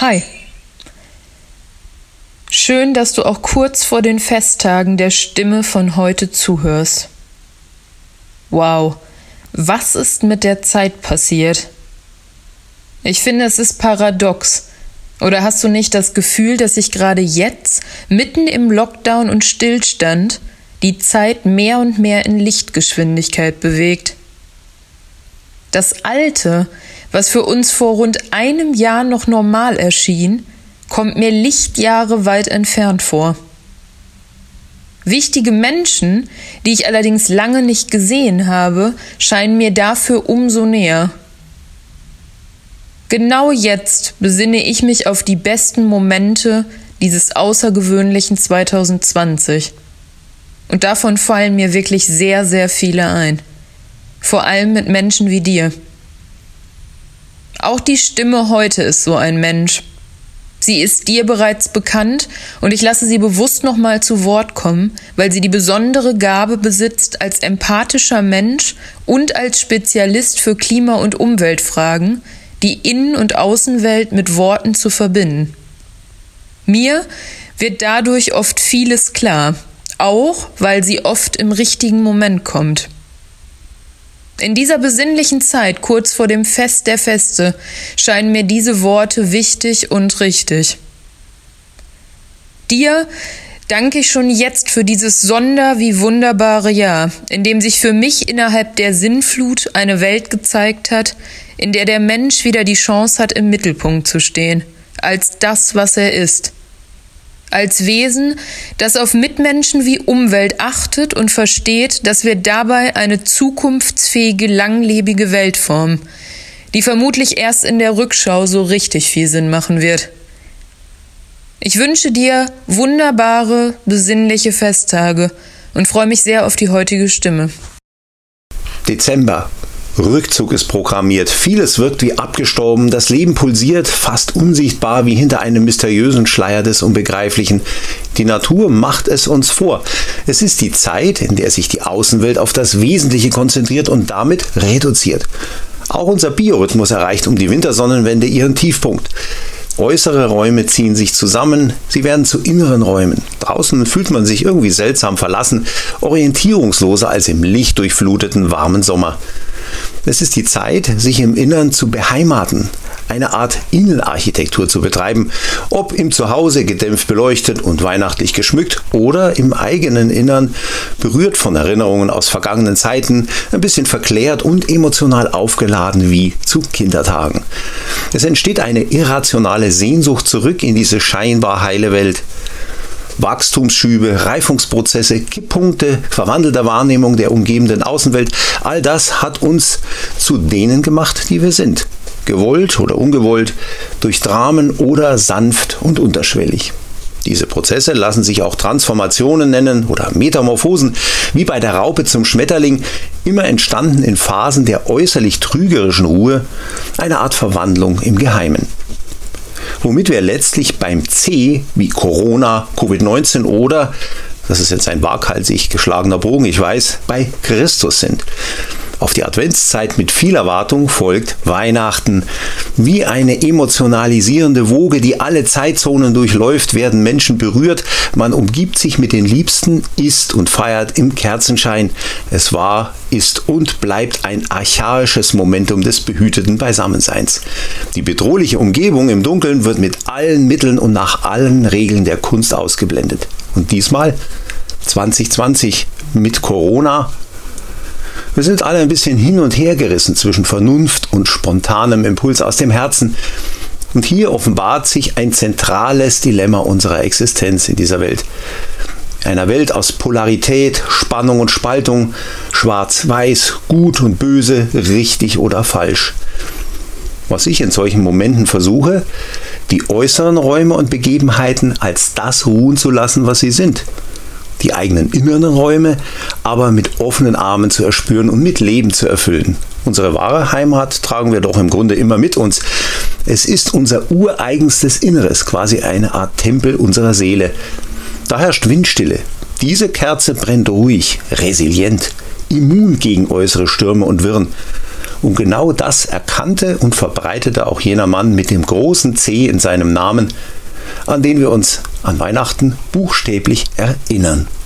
Hi. Schön, dass du auch kurz vor den Festtagen der Stimme von heute zuhörst. Wow, was ist mit der Zeit passiert? Ich finde, es ist paradox. Oder hast du nicht das Gefühl, dass sich gerade jetzt, mitten im Lockdown und Stillstand, die Zeit mehr und mehr in Lichtgeschwindigkeit bewegt? Das Alte, was für uns vor rund einem Jahr noch normal erschien, kommt mir Lichtjahre weit entfernt vor. Wichtige Menschen, die ich allerdings lange nicht gesehen habe, scheinen mir dafür umso näher. Genau jetzt besinne ich mich auf die besten Momente dieses außergewöhnlichen 2020. Und davon fallen mir wirklich sehr, sehr viele ein. Vor allem mit Menschen wie dir. Auch die Stimme heute ist so ein Mensch. Sie ist dir bereits bekannt und ich lasse sie bewusst nochmal zu Wort kommen, weil sie die besondere Gabe besitzt, als empathischer Mensch und als Spezialist für Klima- und Umweltfragen die Innen- und Außenwelt mit Worten zu verbinden. Mir wird dadurch oft vieles klar, auch weil sie oft im richtigen Moment kommt. In dieser besinnlichen Zeit, kurz vor dem Fest der Feste, scheinen mir diese Worte wichtig und richtig. Dir danke ich schon jetzt für dieses wie wunderbare Jahr, in dem sich für mich innerhalb der Sinnflut eine Welt gezeigt hat, in der der Mensch wieder die Chance hat, im Mittelpunkt zu stehen, als das, was er ist. Als Wesen, das auf Mitmenschen wie Umwelt achtet und versteht, dass wir dabei eine zukunftsfähige, langlebige Welt formen, die vermutlich erst in der Rückschau so richtig viel Sinn machen wird. Ich wünsche dir wunderbare, besinnliche Festtage und freue mich sehr auf die heutige Stimme. Dezember. Rückzug ist programmiert. Vieles wirkt wie abgestorben. Das Leben pulsiert, fast unsichtbar wie hinter einem mysteriösen Schleier des Unbegreiflichen. Die Natur macht es uns vor. Es ist die Zeit, in der sich die Außenwelt auf das Wesentliche konzentriert und damit reduziert. Auch unser Biorhythmus erreicht um die Wintersonnenwende ihren Tiefpunkt. Äußere Räume ziehen sich zusammen, sie werden zu inneren Räumen. Draußen fühlt man sich irgendwie seltsam verlassen, orientierungsloser als im lichtdurchfluteten warmen Sommer. Es ist die Zeit, sich im Innern zu beheimaten, eine Art Innenarchitektur zu betreiben, ob im Zuhause gedämpft beleuchtet und weihnachtlich geschmückt oder im eigenen Innern, berührt von Erinnerungen aus vergangenen Zeiten, ein bisschen verklärt und emotional aufgeladen wie zu Kindertagen. Es entsteht eine irrationale Sehnsucht zurück in diese scheinbar heile Welt. Wachstumsschübe, Reifungsprozesse, Kipppunkte, verwandelte Wahrnehmung der umgebenden Außenwelt, all das hat uns zu denen gemacht, die wir sind. Gewollt oder ungewollt, durch Dramen oder sanft und unterschwellig. Diese Prozesse lassen sich auch Transformationen nennen oder Metamorphosen, wie bei der Raupe zum Schmetterling, immer entstanden in Phasen der äußerlich trügerischen Ruhe, eine Art Verwandlung im Geheimen. Womit wir letztlich beim C wie Corona, Covid-19 oder, das ist jetzt ein waghalsig geschlagener Bogen, ich weiß, bei Christus sind. Auf die Adventszeit mit viel Erwartung folgt Weihnachten. Wie eine emotionalisierende Woge, die alle Zeitzonen durchläuft, werden Menschen berührt. Man umgibt sich mit den Liebsten, isst und feiert im Kerzenschein. Es war, ist und bleibt ein archaisches Momentum des behüteten Beisammenseins. Die bedrohliche Umgebung im Dunkeln wird mit allen Mitteln und nach allen Regeln der Kunst ausgeblendet. Und diesmal 2020 mit Corona. Wir sind alle ein bisschen hin und her gerissen zwischen Vernunft und spontanem Impuls aus dem Herzen. Und hier offenbart sich ein zentrales Dilemma unserer Existenz in dieser Welt. Einer Welt aus Polarität, Spannung und Spaltung, schwarz-weiß, gut und böse, richtig oder falsch. Was ich in solchen Momenten versuche, die äußeren Räume und Begebenheiten als das ruhen zu lassen, was sie sind. Die eigenen inneren Räume aber mit offenen Armen zu erspüren und mit Leben zu erfüllen. Unsere wahre Heimat tragen wir doch im Grunde immer mit uns. Es ist unser ureigenstes Inneres, quasi eine Art Tempel unserer Seele. Da herrscht Windstille. Diese Kerze brennt ruhig, resilient, immun gegen äußere Stürme und Wirren. Und genau das erkannte und verbreitete auch jener Mann mit dem großen C in seinem Namen, an den wir uns an Weihnachten buchstäblich erinnern.